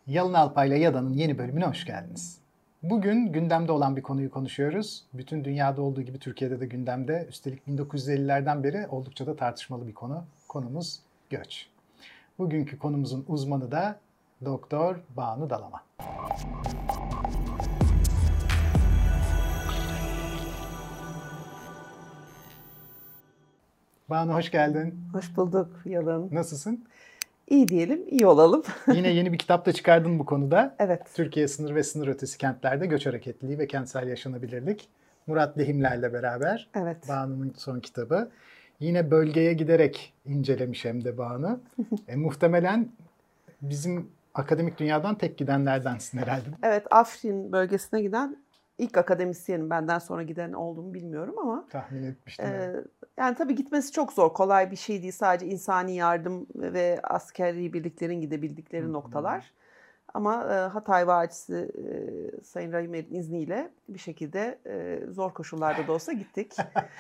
Yalın Alpay'la Yada'nın yeni bölümüne hoş geldiniz. Bugün gündemde olan bir konuyu konuşuyoruz. Bütün dünyada olduğu gibi Türkiye'de de gündemde. Üstelik 1950'lerden beri oldukça da tartışmalı bir konu. Konumuz göç. Bugünkü konumuzun uzmanı da Doktor Banu Dalaman. Banu hoş geldin. Hoş bulduk Yalın. Nasılsın? İyi diyelim, iyi olalım. Yine yeni bir kitap da çıkardın bu konuda. Evet. Türkiye sınır ve sınır ötesi kentlerde göç hareketliliği ve kentsel yaşanabilirlik. Murat Lehimler'le beraber. Evet. Banu'nun son kitabı. Yine bölgeye giderek incelemiş hem de Banu. Muhtemelen bizim akademik dünyadan tek gidenlerdensin herhalde. Evet, Afrin bölgesine giden ilk akademisyenim. Benden sonra giden olduğumu bilmiyorum ama. Tahmin etmiştim. Yani tabii gitmesi çok zor. Kolay bir şey değil. Sadece insani yardım ve askeri birliklerin gidebildikleri noktalar. Ama Hatay Valisi Sayın Rahimer'in izniyle bir şekilde zor koşullarda da olsa gittik.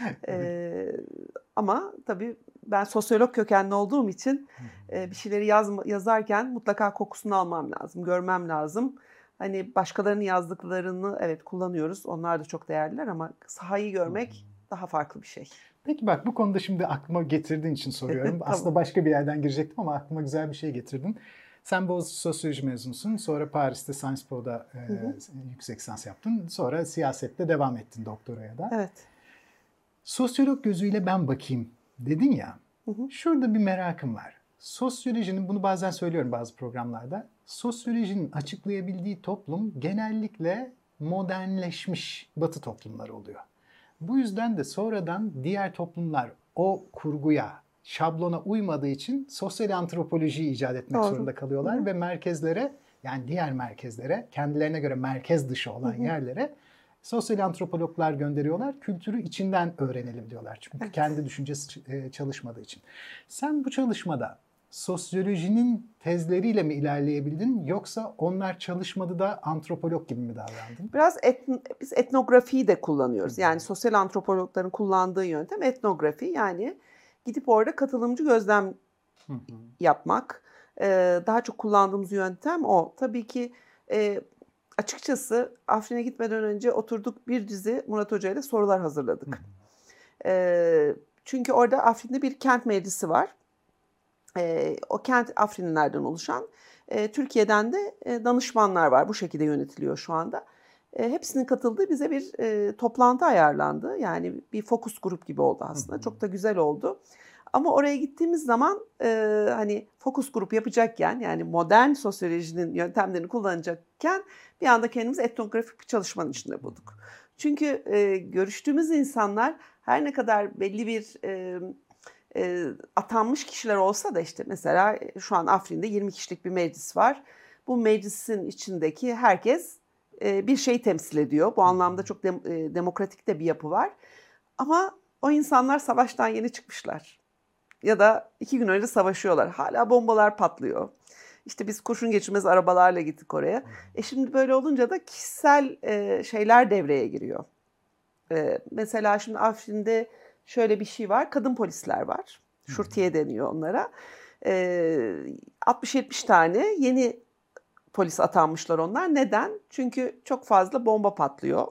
Ama tabii ben sosyolog kökenli olduğum için bir şeyleri yazarken mutlaka kokusunu almam lazım, görmem lazım. Hani başkalarının yazdıklarını evet kullanıyoruz. Onlar da çok değerliler ama sahayı görmek daha farklı bir şey. Peki bak bu konuda şimdi aklıma getirdiğin için soruyorum. Tamam. Aslında başka bir yerden girecektim ama aklıma güzel bir şey getirdin. Sen Boğaziçi Sosyoloji mezunusun. Sonra Paris'te Sciences Po'da yüksek lisans yaptın. Sonra siyasette devam ettin doktoraya da. Evet. Sosyolog gözüyle ben bakayım dedin ya. Şurada bir merakım var. Sosyolojinin, bunu bazen söylüyorum bazı programlarda. Sosyolojinin açıklayabildiği toplum genellikle modernleşmiş Batı toplumları oluyor. Bu yüzden de sonradan diğer toplumlar o kurguya, şablona uymadığı için sosyal antropolojiyi icat etmek zorunda kalıyorlar ve merkezlere, yani diğer merkezlere, kendilerine göre merkez dışı olan yerlere sosyal antropologlar gönderiyorlar. Kültürü içinden öğrenelim diyorlar. Çünkü kendi düşüncesi çalışmadığı için. Sen bu çalışmada sosyolojinin tezleriyle mi ilerleyebildin yoksa onlar çalışmadı da antropolog gibi mi davrandın? Biraz biz etnografiyi de kullanıyoruz. Yani sosyal antropologların kullandığı yöntem etnografi. Yani gidip orada katılımcı gözlem yapmak. Daha çok kullandığımız yöntem o. Tabii ki açıkçası Afrin'e gitmeden önce oturduk bir dizi Murat Hoca ile sorular hazırladık. Çünkü orada Afrin'de bir kent meclisi var. O kent Afrinlilerden oluşan. Türkiye'den de danışmanlar var. Bu şekilde yönetiliyor şu anda. Hepsinin katıldığı bize bir toplantı ayarlandı. Yani bir fokus grup gibi oldu aslında. Çok da güzel oldu. Ama oraya gittiğimiz zaman hani fokus grup yapacakken yani modern sosyolojinin yöntemlerini kullanacakken bir anda kendimizi etnografik bir çalışmanın içinde bulduk. Çünkü görüştüğümüz insanlar her ne kadar belli bir atanmış kişiler olsa da işte mesela şu an Afrin'de 20 kişilik bir meclis var. Bu meclisin içindeki herkes bir şeyi temsil ediyor. Bu anlamda çok demokratik de bir yapı var. Ama o insanlar savaştan yeni çıkmışlar. Ya da 2 gün önce savaşıyorlar. Hala bombalar patlıyor. İşte biz kurşun geçirmez arabalarla gittik oraya. Şimdi böyle olunca da kişisel şeyler devreye giriyor. Mesela şimdi Afrin'de şöyle bir şey var. Kadın polisler var. Şurtiye deniyor onlara. 60-70 tane yeni polis atanmışlar onlar. Neden? Çünkü çok fazla bomba patlıyor.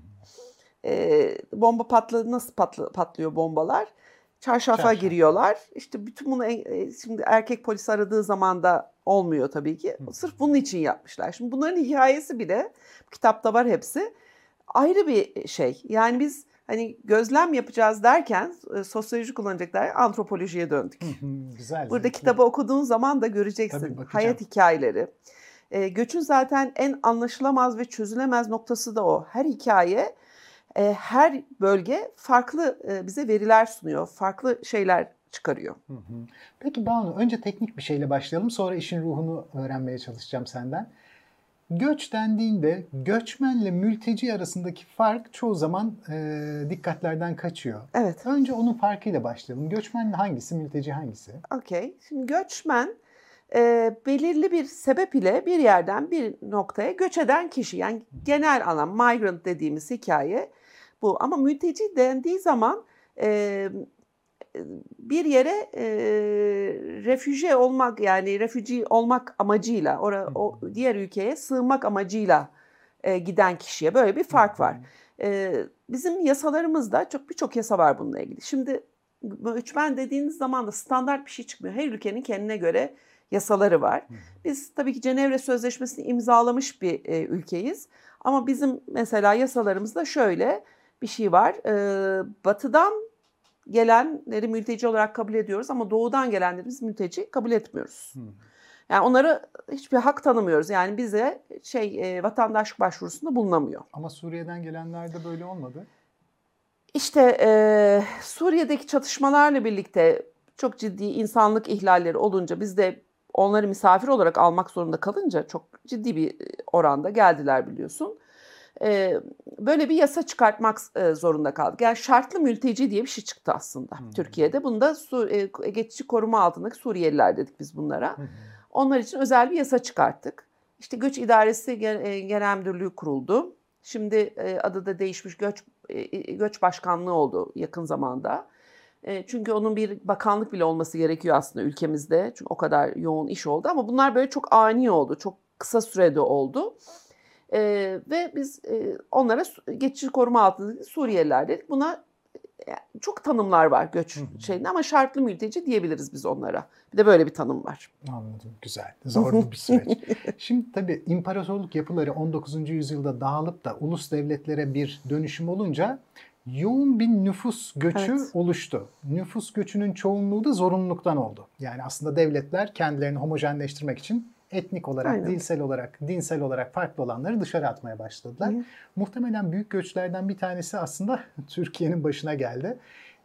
Bomba nasıl patlıyor bombalar? Çarşafa giriyorlar. İşte bütün bunu şimdi erkek polis aradığı zaman da olmuyor tabii ki. Sırf bunun için yapmışlar. Şimdi bunların hikayesi bile kitapta var hepsi. Ayrı bir şey. Yani biz hani gözlem yapacağız derken sosyoloji kullanacaklar antropolojiye döndük. Güzel. Burada kitabı okuduğun zaman da göreceksin. Hayat hikayeleri. Göçün zaten en anlaşılamaz ve çözülemez noktası da o. Her hikaye, her bölge farklı bize veriler sunuyor. Farklı şeyler çıkarıyor. Peki Banu, önce teknik bir şeyle başlayalım. Sonra işin ruhunu öğrenmeye çalışacağım senden. Göç dendiğinde göçmenle mülteci arasındaki fark çoğu zaman dikkatlerden kaçıyor. Evet. Önce onun farkıyla başlayalım. Göçmen hangisi, mülteci hangisi? Okey. Şimdi göçmen belirli bir sebep ile bir yerden bir noktaya göç eden kişi. Yani genel anlam migrant dediğimiz hikaye bu. Ama mülteci dendiği zaman bir yere refüje olmak, yani refüji olmak amacıyla, o diğer ülkeye sığınmak amacıyla giden kişiye böyle bir fark var. Bizim yasalarımızda birçok yasa var bununla ilgili. Şimdi göçmen dediğiniz zaman da standart bir şey çıkmıyor. Her ülkenin kendine göre yasaları var. Biz tabii ki Cenevre Sözleşmesi'ni imzalamış bir ülkeyiz. Ama bizim mesela yasalarımızda şöyle bir şey var. Batıdan gelenleri mülteci olarak kabul ediyoruz ama doğudan gelenleri biz mülteci kabul etmiyoruz. Yani onlara hiçbir hak tanımıyoruz. Yani bize vatandaşlık başvurusunda bulunamıyor. Ama Suriye'den gelenler de böyle olmadı. İşte Suriye'deki çatışmalarla birlikte çok ciddi insanlık ihlalleri olunca, biz de onları misafir olarak almak zorunda kalınca çok ciddi bir oranda geldiler, biliyorsun. Böyle bir yasa çıkartmak zorunda kaldık. Yani şartlı mülteci diye bir şey çıktı aslında Türkiye'de. Bunu da geçici koruma altındaki Suriyeliler dedik biz bunlara. Onlar için özel bir yasa çıkarttık. İşte Göç İdaresi Genel Müdürlüğü kuruldu. Şimdi adı da değişmiş, Göç Başkanlığı oldu yakın zamanda. Çünkü onun bir bakanlık bile olması gerekiyor aslında ülkemizde. Çünkü o kadar yoğun iş oldu ama bunlar böyle çok ani oldu. Çok kısa sürede oldu. Ve biz onlara geçici koruma altındaki Suriyeliler dedik. Buna çok tanımlar var göç şeyinde ama şartlı mülteci diyebiliriz biz onlara. Bir de böyle bir tanım var. Anladım. Güzel. Zorlu bir süreç. Şimdi tabii imparatorluk yapıları 19. yüzyılda dağılıp da ulus devletlere bir dönüşüm olunca yoğun bir nüfus göçü oluştu. Nüfus göçünün çoğunluğu da zorunluluktan oldu. Yani aslında devletler kendilerini homojenleştirmek için etnik olarak, dinsel olarak farklı olanları dışarı atmaya başladılar. Muhtemelen büyük göçlerden bir tanesi aslında Türkiye'nin başına geldi.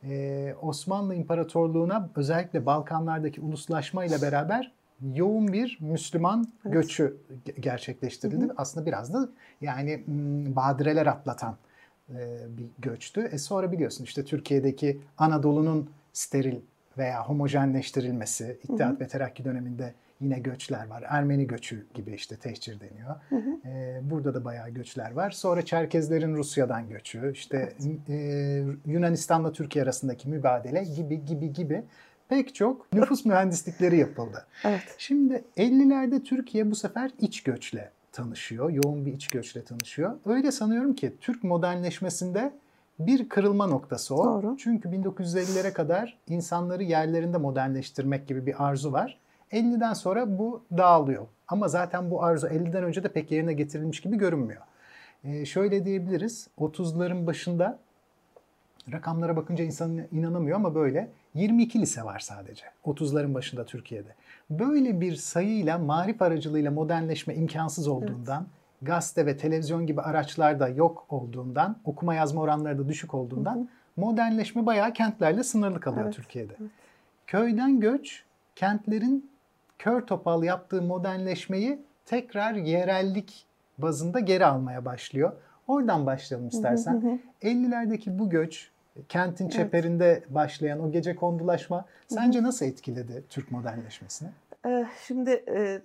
Osmanlı İmparatorluğu'na özellikle Balkanlardaki uluslaşmayla beraber yoğun bir Müslüman göçü gerçekleştirildi. Aslında biraz da yani badireler atlatan bir göçtü. Sonra biliyorsun işte Türkiye'deki Anadolu'nun steril veya homojenleştirilmesi, İttihat ve Terakki döneminde yine göçler var. Ermeni göçü gibi işte tehcir deniyor. Burada da bayağı göçler var. Sonra Çerkezlerin Rusya'dan göçü, işte Yunanistan'la Türkiye arasındaki mübadele gibi pek çok nüfus mühendislikleri yapıldı. Şimdi 50'lerde Türkiye bu sefer iç göçle tanışıyor. Yoğun bir iç göçle tanışıyor. Öyle sanıyorum ki Türk modernleşmesinde bir kırılma noktası o. Doğru. Çünkü 1950'lere kadar insanları yerlerinde modernleştirmek gibi bir arzu var. 50'den sonra bu dağılıyor. Ama zaten bu arzu 50'den önce de pek yerine getirilmiş gibi görünmüyor. Şöyle diyebiliriz, 30'ların başında rakamlara bakınca insan inanamıyor ama böyle 22 lise var sadece 30'ların başında Türkiye'de. Böyle bir sayıyla, marif aracılığıyla modernleşme imkansız olduğundan, gazete ve televizyon gibi araçlar da yok olduğundan, okuma yazma oranları da düşük olduğundan modernleşme bayağı kentlerle sınırlı kalıyor Türkiye'de. Köyden göç, kentlerin kör topal yaptığı modernleşmeyi tekrar yerellik bazında geri almaya başlıyor. Oradan başlayalım istersen. 50'lerdeki bu göç, kentin çeperinde başlayan o gecekondulaşma sence nasıl etkiledi Türk modernleşmesini? Şimdi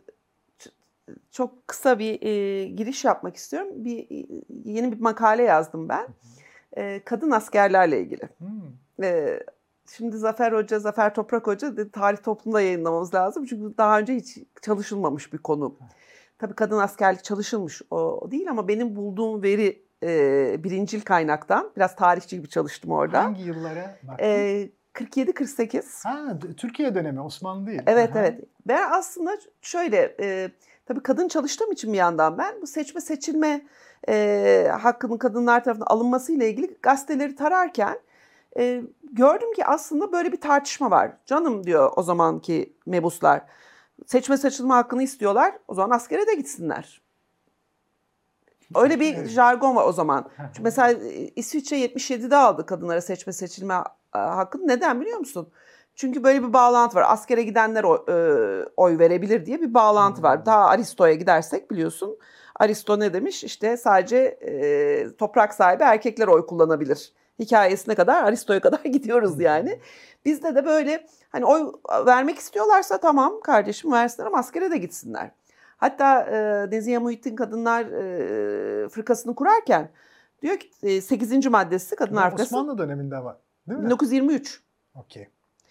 çok kısa bir giriş yapmak istiyorum. Yeni bir makale yazdım ben. Kadın askerlerle ilgili. Şimdi Zafer Toprak Hoca dedi, tarih toplumda yayınlamamız lazım. Çünkü daha önce hiç çalışılmamış bir konu. Tabii kadın askerlik çalışılmış o değil ama benim bulduğum veri birincil kaynaktan. Biraz tarihçi gibi çalıştım orada. Hangi yıllara baktın? 47-48. Türkiye dönemi, Osmanlı değil. Evet. Ben aslında şöyle, tabii kadın çalıştığım için bir yandan ben bu seçme seçilme hakkının kadınlar tarafından alınması ile ilgili gazeteleri tararken gördüm ki aslında böyle bir tartışma var. Canım diyor o zamanki mebuslar. Seçme seçilme hakkını istiyorlar. O zaman askere de gitsinler. Öyle bir jargon var o zaman. Çünkü mesela İsviçre 77'de aldı kadınlara seçme seçilme hakkını. Neden biliyor musun? Çünkü böyle bir bağlantı var. Askere gidenler oy verebilir diye bir bağlantı var. Daha Aristo'ya gidersek biliyorsun. Aristo ne demiş? İşte sadece toprak sahibi erkekler oy kullanabilir. Hikayesine kadar, Aristo'ya kadar gidiyoruz yani. Bizde de böyle hani oy vermek istiyorlarsa tamam kardeşim versinler ama askere de gitsinler. Hatta Nezihe Muhittin Kadınlar Fırkası'nı kurarken diyor ki 8. maddesi Kadınlar Fırkası. Osmanlı döneminde var değil mi? 1923. Okey.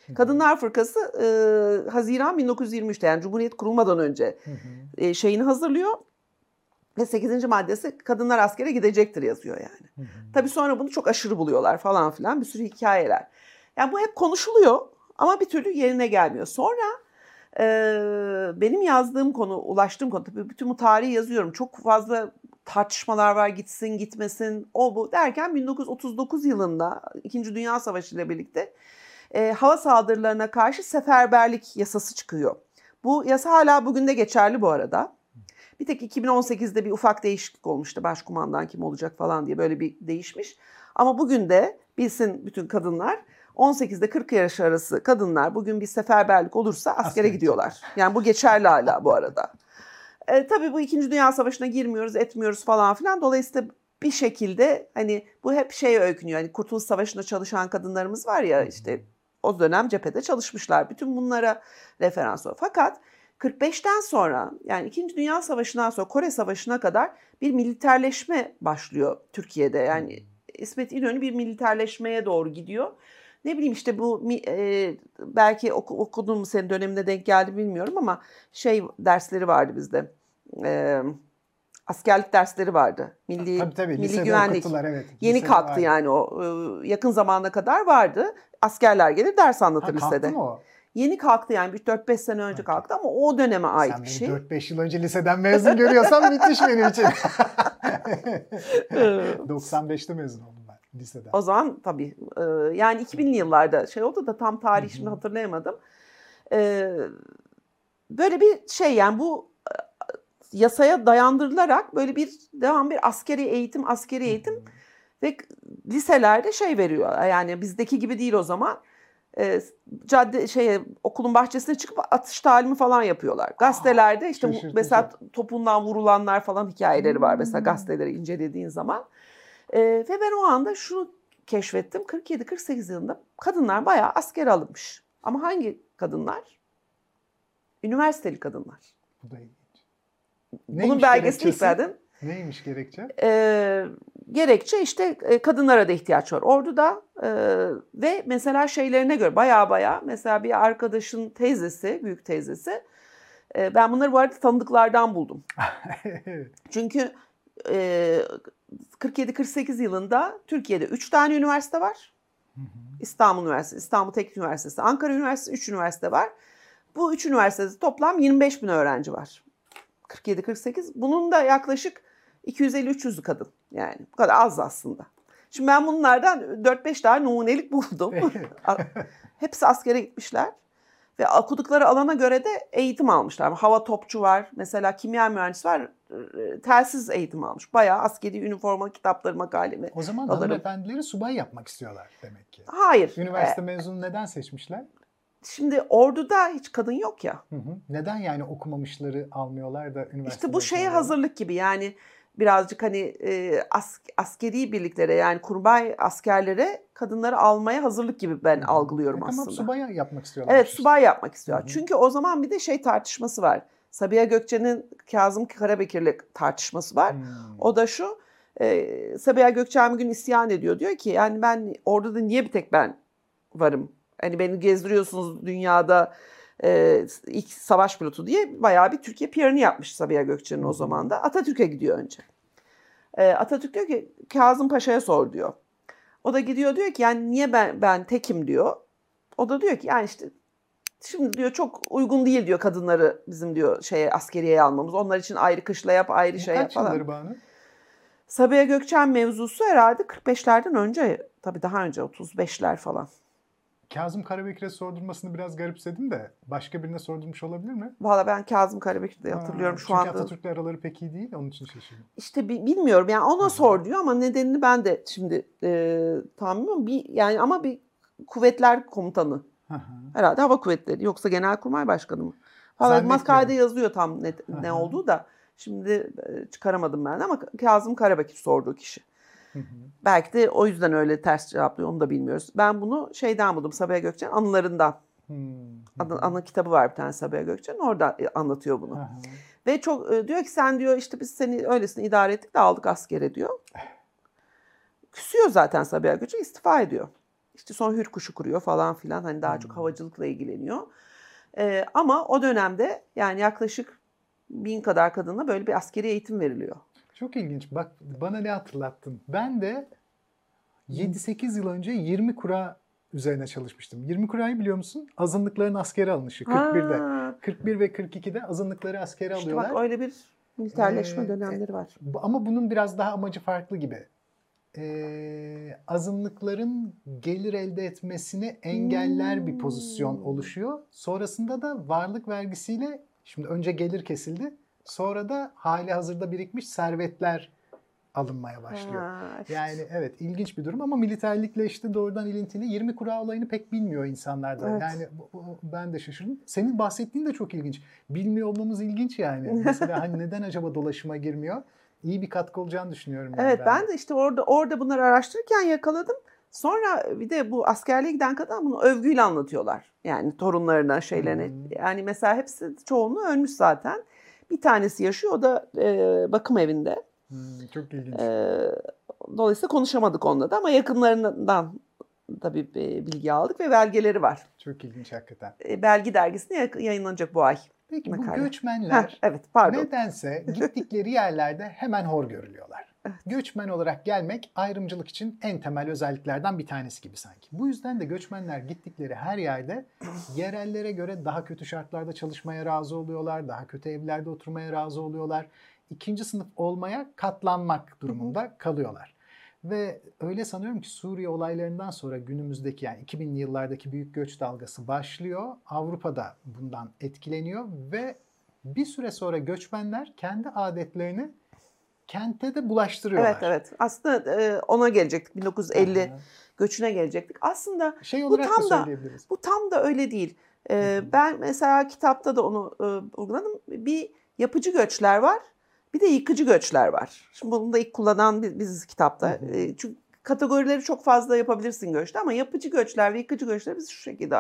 Kadınlar Fırkası Haziran 1923'te, yani Cumhuriyet kurulmadan önce şeyini hazırlıyor. Ve 8. maddesi kadınlar askere gidecektir yazıyor yani. Tabii sonra bunu çok aşırı buluyorlar falan filan, bir sürü hikayeler. Yani bu hep konuşuluyor ama bir türlü yerine gelmiyor. Sonra benim yazdığım konu, ulaştığım konu, tabii bütün bu tarihi yazıyorum. Çok fazla tartışmalar var, gitsin gitmesin o bu derken 1939 yılında 2. Dünya Savaşı ile birlikte hava saldırılarına karşı seferberlik yasası çıkıyor. Bu yasa hala bugün de geçerli bu arada. Bir tek 2018'de bir ufak değişiklik olmuştu. Başkumandan kim olacak falan diye böyle bir değişmiş. Ama bugün de bilsin bütün kadınlar, 18'de 40 yaş arası kadınlar bugün bir seferberlik olursa askere gidiyorlar. Yani bu geçerli hala bu arada. Tabii bu 2. Dünya Savaşı'na girmiyoruz, etmiyoruz falan filan. Dolayısıyla bir şekilde hani bu hep şey öykünüyor. Hani Kurtuluş Savaşı'nda çalışan kadınlarımız var ya, işte o dönem cephede çalışmışlar. Bütün bunlara referans o. Fakat 45'ten sonra, yani 2. Dünya Savaşı'ndan sonra Kore Savaşı'na kadar bir militerleşme başlıyor Türkiye'de. Yani İsmet İnönü bir militerleşmeye doğru gidiyor. Ne bileyim işte bu belki okudun mu, senin döneminde denk geldi bilmiyorum ama şey dersleri vardı bizde. Askerlik dersleri vardı. Tabii, Milli güvenlik. Evet, yeni kalktı vardı. Yani o yakın zamana kadar vardı. Askerler gelir ders anlatır lisede. Kalktı mı o? Yeni kalktı yani, 4-5 sene önce kalktı ama o döneme ait bir şey. Sen beni 4-5 yıl önce liseden mezun görüyorsan müthiş benim için. 95'te mezun oldum ben liseden. O zaman tabii yani 2000'li yıllarda şey oldu da tam tarih şimdi hatırlayamadım. Böyle bir şey yani, bu yasaya dayandırılarak böyle bir devam bir askeri eğitim ve liselerde şey veriyor. Yani bizdeki gibi değil o zaman. Okulun bahçesine çıkıp atış talimi falan yapıyorlar. Gazetelerde işte mesela topundan vurulanlar falan hikayeleri var mesela gazeteleri incelediğin zaman. Ve ben o anda şunu keşfettim. 47-48 yılında kadınlar bayağı askere alınmış. Ama hangi kadınlar? Üniversiteli kadınlar. Bu da ilginç. Bunun belgesini ilk verdim. Neymiş gerekçe? Gerekçe işte kadınlara da ihtiyaç var orduda ve mesela şeylerine göre baya mesela bir arkadaşın teyzesi, büyük teyzesi, ben bunları bu arada tanıdıklardan buldum. Çünkü 47-48 yılında Türkiye'de 3 tane üniversite var. İstanbul Üniversitesi, İstanbul Teknik Üniversitesi, Ankara Üniversitesi, 3 üniversite var. Bu 3 üniversitede toplam 25 bin öğrenci var. 47-48. Bunun da yaklaşık 250-300'ü kadın. Yani bu kadar az aslında. Şimdi ben bunlardan 4-5 tane numunelik buldum. Hepsi askere gitmişler. Ve okudukları alana göre de eğitim almışlar. Hava topçu var. Mesela kimya mühendisi var. Telsiz eğitim almış. Bayağı askeri üniforma, kitapları, makalemi. O zaman hanımefendileri subay yapmak istiyorlar demek ki. Hayır. Üniversite mezunu neden seçmişler? Şimdi orduda hiç kadın yok ya. Neden yani okumamışları almıyorlar da üniversite? İşte bu şeye hazırlık gibi yani, birazcık hani askeri birliklere, yani kurmay askerlere kadınları almaya hazırlık gibi ben algılıyorum aslında. Ama subay yapmak istiyorlar. Evet, subay yapmak istiyorlar. Çünkü o zaman bir de şey tartışması var. Sabiha Gökçen'in Kazım Karabekir'le tartışması var. O da şu, Sabiha Gökçen bir gün isyan ediyor. Diyor ki yani ben orada da niye bir tek ben varım? Hani beni gezdiriyorsunuz dünyada ilk savaş pilotu diye bayağı bir Türkiye PR'ını yapmış Sabiha Gökçen'in o zaman da. Atatürk'e gidiyor önce. Atatürk diyor ki Kazım Paşa'ya sor diyor. O da gidiyor diyor ki yani niye ben tekim diyor. O da diyor ki yani işte şimdi diyor çok uygun değil diyor kadınları bizim diyor askeriyeye almamız. Onlar için ayrı kışla yap, ayrı şey yap falan. Kaç yılları Banu? Sabiha Gökçen mevzusu herhalde 45'lerden önce, tabii daha önce 35'ler falan. Kazım Karabekir'e sordurmasını biraz garipsedim de başka birine sordurmuş olabilir mi? Valla ben Kazım Karabekir'de hatırlıyorum şu anda. Çünkü Atatürk'le araları pek iyi değil, onun için şaşırdım. İşte bilmiyorum yani, ona sor diyor ama nedenini ben de şimdi tahmin ediyorum. Yani ama bir kuvvetler komutanı. Herhalde hava kuvvetleri, yoksa Genelkurmay Başkanı mı? Makalede yazıyor tam ne olduğu da. Şimdi çıkaramadım ben ama Kazım Karabekir sorduğu kişi. Belki de o yüzden öyle ters cevaplıyor, onu da bilmiyoruz. Ben bunu şeyden buldum, Sabiha Gökçen anılarından. Anı kitabı var bir tane Sabiha Gökçen, orada anlatıyor bunu. Ve çok diyor ki sen diyor işte biz seni öylesine idare ettik de aldık askere diyor. Küsüyor zaten Sabiha Gökçen, istifa ediyor. İşte sonra Hürkuş'u kuruyor falan filan. Hani daha çok havacılıkla ilgileniyor. Ama o dönemde yani yaklaşık 1000 kadar kadına böyle bir askeri eğitim veriliyor. Çok ilginç. Bak bana ne hatırlattın. Ben de 7-8 yıl önce 20 kura üzerine çalışmıştım. 20 kurayı biliyor musun? Azınlıkların askere alınışı 41'de. Ha, 41 ve 42'de azınlıkları askere işte alıyorlar. bak öyle bir militerleşme dönemleri var. Ama bunun biraz daha amacı farklı gibi. Azınlıkların gelir elde etmesini engeller bir pozisyon oluşuyor. Sonrasında da varlık vergisiyle, şimdi önce gelir kesildi, sonra da hali hazırda birikmiş servetler alınmaya başlıyor. Evet. Yani evet, ilginç bir durum ama militerlikle işte doğrudan ilintili. 20 kura olayını pek bilmiyor insanlar da. Evet. Yani ben de şaşırdım. Senin bahsettiğin de çok ilginç. Bilmiyor olmamız ilginç yani. Mesela hani neden acaba dolaşıma girmiyor? İyi bir katkı olacağını düşünüyorum. Evet, ben de işte orada bunları araştırırken yakaladım. Sonra bir de bu askerliğe giden kadın bunu övgüyle anlatıyorlar. Yani torunlarına, şeylerine. Yani mesela hepsi, çoğunluğu ölmüş zaten. Bir tanesi yaşıyor, o da bakım evinde. Çok ilginç. Dolayısıyla konuşamadık onunla da ama yakınlarından tabii bilgi aldık ve belgeleri var. Çok ilginç hakikaten. Belgi dergisinde yayınlanacak bu ay. Peki makale. bu göçmenler evet, pardon. nedense gittikleri yerlerde hemen hor görülüyorlar. Evet. Göçmen olarak gelmek ayrımcılık için en temel özelliklerden bir tanesi gibi sanki. Bu yüzden de göçmenler gittikleri her yerde yerellere göre daha kötü şartlarda çalışmaya razı oluyorlar, daha kötü evlerde oturmaya razı oluyorlar. İkinci sınıf olmaya katlanmak durumunda kalıyorlar. Ve öyle sanıyorum ki Suriye olaylarından sonra günümüzdeki, yani 2000'li yıllardaki büyük göç dalgası başlıyor. Avrupa'da bundan etkileniyor ve bir süre sonra göçmenler kendi adetlerini kente de bulaştırıyorlar. Evet. Aslında ona gelecektik. 1950 göçüne gelecektik. Aslında olarak da söyleyebiliriz. Bu tam da öyle değil. Ben mesela kitapta da onu vurguladım. Bir yapıcı göçler var. Bir de yıkıcı göçler var. Şimdi bunu da ilk kullanan biziz kitapta. Çünkü kategorileri çok fazla yapabilirsin göçte ama yapıcı göçler ve yıkıcı göçleri biz şu şekilde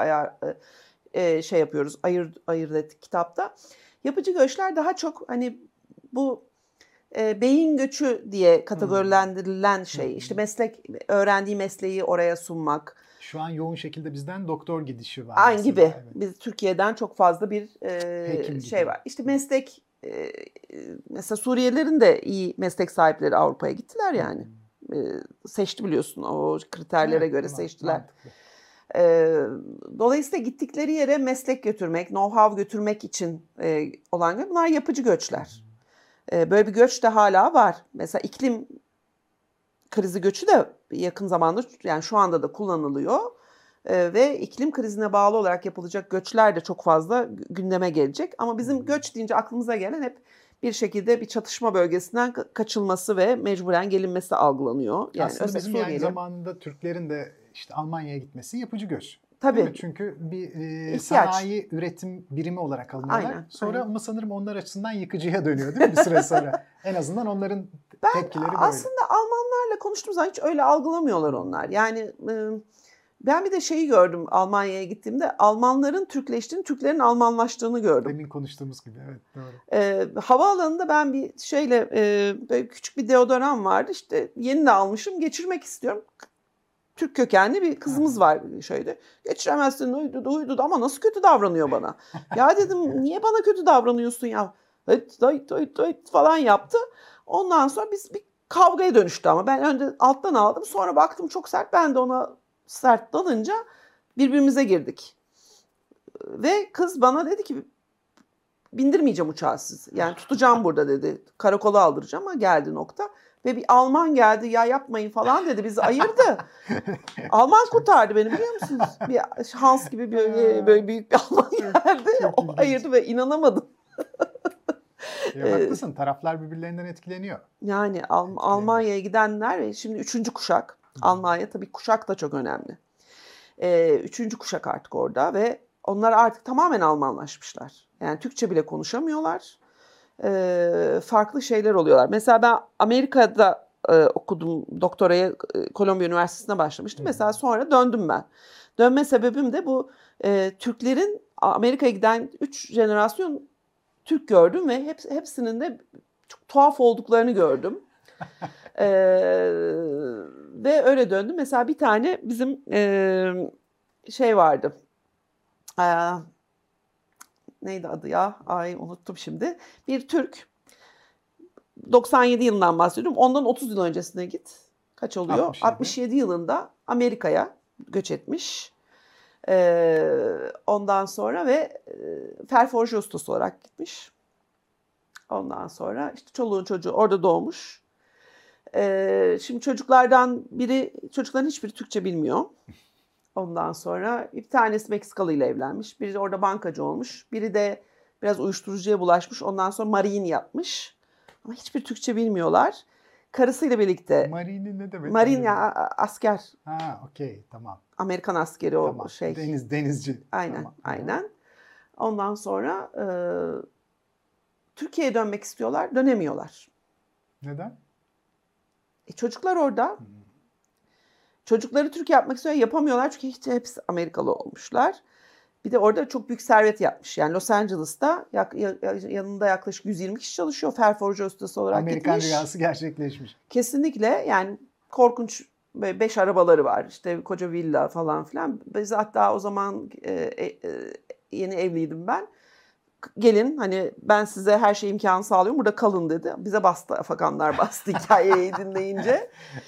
yapıyoruz. Ayırt ettik kitapta. Yapıcı göçler daha çok hani bu beyin göçü diye kategorilendirilen şey. İşte öğrendiği mesleği oraya sunmak. Şu an yoğun şekilde bizden doktor gidişi var. Aynı gibi. Evet. Biz Türkiye'den çok fazla bir şey var. İşte meslek, mesela Suriyelilerin de iyi meslek sahipleri Avrupa'ya gittiler yani. Seçti biliyorsun, o kriterlere göre seçtiler. Dolayısıyla gittikleri yere meslek götürmek, know-how götürmek için olan bunlar yapıcı göçler. Böyle bir göç de hala var. Mesela iklim krizi göçü de yakın zamanda, yani şu anda da kullanılıyor. Ve iklim krizine bağlı olarak yapılacak göçler de çok fazla gündeme gelecek. Ama bizim göç deyince aklımıza gelen hep bir şekilde bir çatışma bölgesinden kaçılması ve mecburen gelinmesi algılanıyor. Yani aslında bizim yani zamanında Türklerin de işte Almanya'ya gitmesi yapıcı göç. Tabii. Çünkü bir sanayi üretim birimi olarak alınıyorlar. Aynen. Ama sanırım onlar açısından yıkıcıya dönüyor değil mi bir süre sonra? En azından onların tepkileri böyle. Aslında Almanlarla konuştuğum zaman hiç öyle algılamıyorlar onlar. Yani ben bir de şeyi gördüm Almanya'ya gittiğimde, Almanların Türkleştiğini, Türklerin Almanlaştığını gördüm. Demin konuştuğumuz gibi, evet, doğru. Havaalanında ben bir böyle küçük bir deodoran vardı, işte yeni de almışım, geçirmek istiyorum. Türk kökenli bir kızımız var şöyle. Geçiremezsin, uydu ama nasıl kötü davranıyor bana. Ya dedim, niye bana kötü davranıyorsun ya? Falan yaptı. Ondan sonra biz bir kavgaya dönüştü ama ben önce alttan aldım, sonra baktım çok sert, ben de ona sert dalınca birbirimize girdik. Ve kız bana dedi ki, bindirmeyeceğim uçağı siz. Yani tutacağım burada dedi. Karakola aldıracağım ama geldi nokta. Ve bir Alman geldi, ya yapmayın falan dedi, bizi ayırdı. Alman kurtardı beni, biliyor musunuz? Bir Hans gibi böyle büyük bir Alman geldi. O ayırdı ve inanamadım. Haklısın, taraflar birbirlerinden etkileniyor. Yani Almanya'ya gidenler ve şimdi 3. kuşak. Almanya tabii, kuşak da çok önemli. 3. kuşak artık orada ve onlar artık tamamen Almanlaşmışlar. Yani Türkçe bile konuşamıyorlar. Farklı şeyler oluyorlar. Mesela ben Amerika'da okudum, doktoraya Kolombiya Üniversitesi'ne başlamıştım. Mesela sonra döndüm ben. Dönme sebebim de bu, Türklerin Amerika'ya giden 3 jenerasyon Türk gördüm ve hepsinin de çok tuhaf olduklarını gördüm. Ve öyle döndüm. Mesela bir tane bizim şey vardı. Neydi adı ya? Ay unuttum şimdi. Bir Türk. 97 yılından bahsediyorum. Ondan 30 yıl öncesine git. Kaç oluyor? 67 yılında Amerika'ya göç etmiş. Ondan sonra ve ferforje ustası olarak gitmiş. Ondan sonra işte çoluğun çocuğu orada doğmuş. Şimdi çocukların hiçbiri Türkçe bilmiyor. Ondan sonra bir tanesi Meksikalı ile evlenmiş. Biri orada bankacı olmuş. Biri de biraz uyuşturucuya bulaşmış. Ondan sonra marine yapmış. Ama hiçbir Türkçe bilmiyorlar. Karısıyla birlikte. Marine ne demek? Marine ya asker. Ha, okey, tamam. Amerikan askeri o tamam. şey. Denizci. Aynen, tamam. aynen. Ondan sonra Türkiye'ye dönmek istiyorlar, dönemiyorlar. Neden? Çocuklar orada. Çocukları Türkiye yapmak istiyor, yapamıyorlar çünkü hepsi Amerikalı olmuşlar. Bir de orada çok büyük servet yapmış. Yani Los Angeles'ta yanında yaklaşık 120 kişi çalışıyor. Ferforje ustası olarak Amerikan gitmiş. rüyası gerçekleşmiş. Kesinlikle yani korkunç 5 arabaları var. İşte koca villa falan filan. Biz hatta o zaman yeni evliydim ben. Gelin hani ben size her şey imkanı sağlıyorum. Burada kalın dedi. Bize bastı. Afakanlar bastı hikayeyi dinleyince.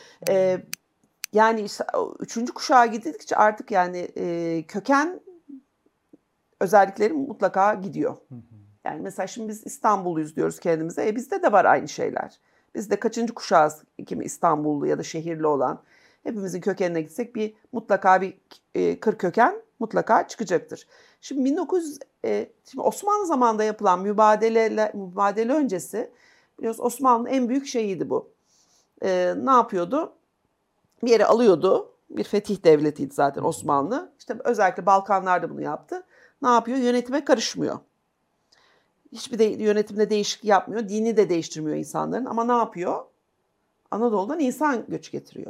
Yani işte 3. kuşağa gidildikçe artık yani köken özellikleri mutlaka gidiyor. Yani mesela şimdi biz İstanbulluyuz diyoruz kendimize. Bizde de var aynı şeyler. Biz de kaçıncı kuşağız kimi İstanbullu ya da şehirli olan. Hepimizin kökenine gitsek mutlaka bir kır köken mutlaka çıkacaktır. Şimdi şimdi Osmanlı zamanında yapılan mübadele öncesi biliyoruz Osmanlı'nın en büyük şeyiydi bu. Ne yapıyordu? Bir yere alıyordu. Bir fetih devletiydi zaten Osmanlı. İşte özellikle Balkanlarda bunu yaptı. Ne yapıyor? Yönetime karışmıyor. Hiçbir yönetimde değişiklik yapmıyor. Dini de değiştirmiyor insanların. Ama ne yapıyor? Anadolu'dan insan göç getiriyor.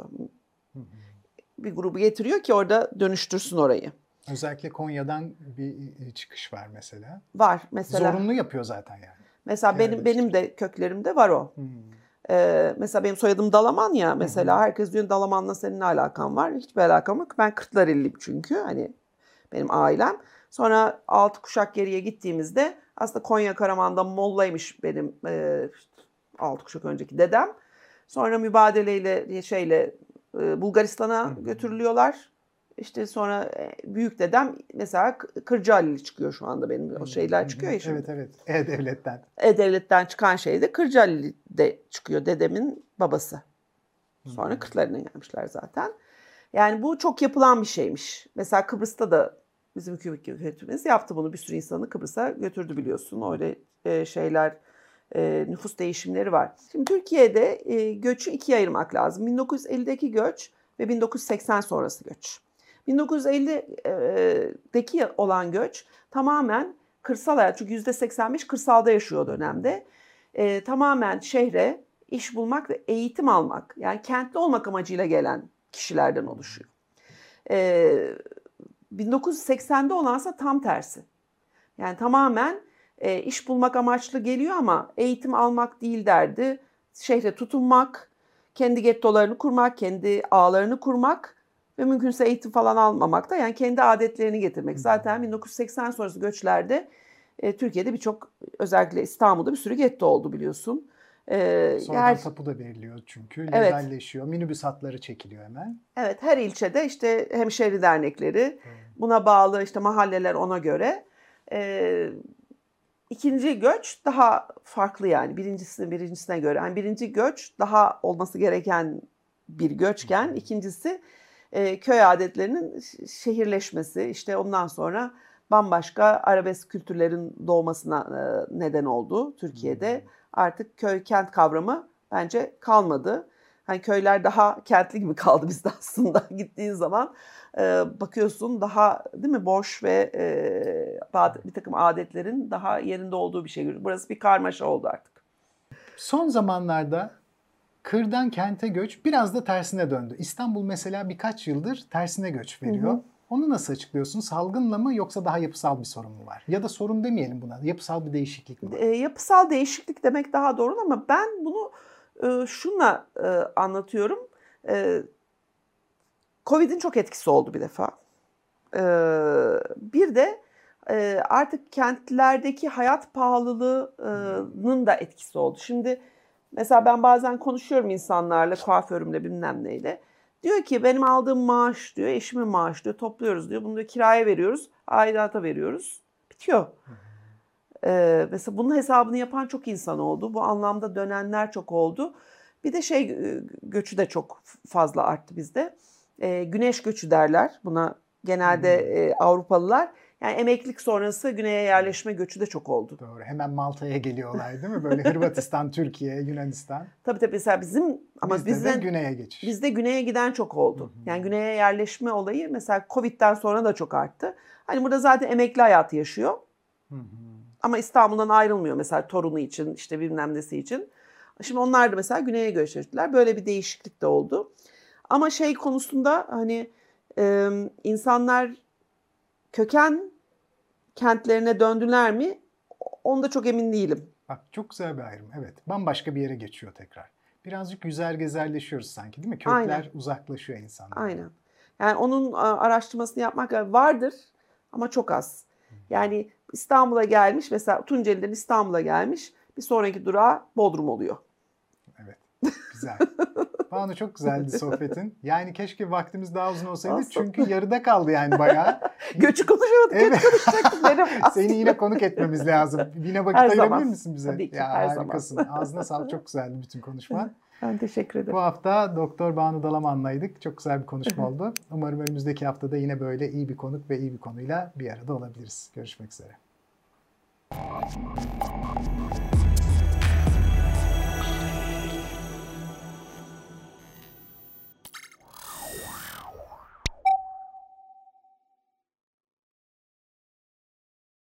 Bir grubu getiriyor ki orada dönüştürsün orayı. Özellikle Konya'dan bir çıkış var mesela. Var mesela. Zorunlu yapıyor zaten yani. Mesela benim de köklerimde var o. Mesela benim soyadım Dalaman ya. Mesela herkes diyor Dalaman'la senin ne alakan var? Hiçbir alakam yok. Ben Kırklareliyim çünkü. Hani benim ailem. Sonra 6 kuşak geriye gittiğimizde aslında Konya Karaman'da Molla'ymış benim 6 kuşak önceki dedem. Sonra mübadeleyle Bulgaristan'a götürülüyorlar. İşte sonra büyük dedem mesela Kırcaali'li çıkıyor şu anda benim o şeyler çıkıyor ya şimdi. Evet. E-Devlet'ten. E-Devlet'ten çıkan şey de Kırcaali'de çıkıyor dedemin babası. Sonra Kırklareli'ne gelmişler zaten. Yani bu çok yapılan bir şeymiş. Mesela Kıbrıs'ta da bizim hükümetimiz yaptı bunu. Bir sürü insanı Kıbrıs'a götürdü biliyorsun. Öyle nüfus değişimleri var. Şimdi Türkiye'de göçü ikiye ayırmak lazım. 1950'deki göç ve 1980 sonrası göç. 1950'deki olan göç tamamen kırsal hayat. Çünkü %85 kırsalda yaşıyor o dönemde. Tamamen şehre iş bulmak ve eğitim almak. Yani kentli olmak amacıyla gelen kişilerden oluşuyor. 1980'de olansa tam tersi. Yani tamamen iş bulmak amaçlı geliyor ama eğitim almak değil derdi. Şehre tutunmak, kendi gettolarını kurmak, kendi ağlarını kurmak ve mümkünse eğitim falan almamak da yani kendi adetlerini getirmek. Zaten 1980 sonrası göçlerde Türkiye'de birçok özellikle İstanbul'da bir sürü getto oldu biliyorsun. Sonradan tapu da veriliyor çünkü. Legalleşiyor. Evet. Minibüs hatları çekiliyor hemen. Evet, her ilçede işte hemşehri dernekleri, buna bağlı işte mahalleler ona göre. İkinci göç daha farklı yani birincisine göre. Yani birinci göç daha olması gereken bir göçken ikincisi köy adetlerinin şehirleşmesi. İşte ondan sonra bambaşka arabesk kültürlerin doğmasına neden oldu Türkiye'de. Artık köy kent kavramı bence kalmadı. Hani köyler daha kentli gibi kaldı bizde aslında gittiğin zaman. Bakıyorsun daha değil mi boş ve bir takım adetlerin daha yerinde olduğu bir şey görüyoruz. Burası bir karmaşa oldu artık. Son zamanlarda kırdan kente göç biraz da tersine döndü. İstanbul mesela birkaç yıldır tersine göç veriyor. Onu nasıl açıklıyorsun? Salgınla mı yoksa daha yapısal bir sorun mu var? Ya da sorun demeyelim buna. Yapısal bir değişiklik mi var? Yapısal değişiklik demek daha doğru ama ben bunu Şunla anlatıyorum. Covid'in çok etkisi oldu bir defa. Bir de artık kentlerdeki hayat pahalılığının da etkisi oldu. Şimdi mesela ben bazen konuşuyorum insanlarla, kuaförümle bilmem neyle. Diyor ki benim aldığım maaş diyor, eşimin maaşı diyor, topluyoruz diyor. Bunu diyor kiraya veriyoruz, aidata veriyoruz. Bitiyor. Mesela bunun hesabını yapan çok insan oldu. Bu anlamda dönenler çok oldu. Bir de göçü de çok fazla arttı bizde. Güneş göçü derler buna genelde Avrupalılar. Yani emeklilik sonrası güneye yerleşme göçü de çok oldu. Doğru. Hemen Malta'ya geliyorlar değil mi? Böyle Hırvatistan, Türkiye, Yunanistan. Tabii mesela Bizde de güneye geçiş. Bizde güneye giden çok oldu. Yani güneye yerleşme olayı mesela Covid'den sonra da çok arttı. Hani burada zaten emekli hayatı yaşıyor. Ama İstanbul'dan ayrılmıyor mesela torunu için, işte bilmem nesi için. Şimdi onlar da mesela güneye göç ettiler. Böyle bir değişiklik de oldu. Ama konusunda hani insanlar köken kentlerine döndüler mi? Onda çok emin değilim. Bak çok güzel bir ayrım. Evet. Bambaşka bir yere geçiyor tekrar. Birazcık yüzer gezerleşiyoruz sanki değil mi? Kökler Aynen. Uzaklaşıyor insanlar. Aynen. Yani onun araştırmasını yapmak vardır ama çok az. Yani İstanbul'a gelmiş mesela Tunceli'den İstanbul'a gelmiş bir sonraki durağı Bodrum oluyor. Evet. Güzel. Banu çok güzeldi sohbetin. Yani keşke vaktimiz daha uzun olsaydı. Olsun. Çünkü yarıda kaldı yani bayağı. Göçü konuşamadık. Evet. Konuşacaktık. Seni yine konuk etmemiz lazım. Yine vakit Her ayırabilir zaman. misin bize? Tabii ki, ya her harikasın. zaman. Ağzına sağlık. Çok güzeldi bütün konuşma. Ben teşekkür ederim. Bu hafta Doktor Banu Dalaman'laydık. Çok güzel bir konuşma oldu. Umarım önümüzdeki haftada yine böyle iyi bir konuk ve iyi bir konuyla bir arada olabiliriz. Görüşmek üzere.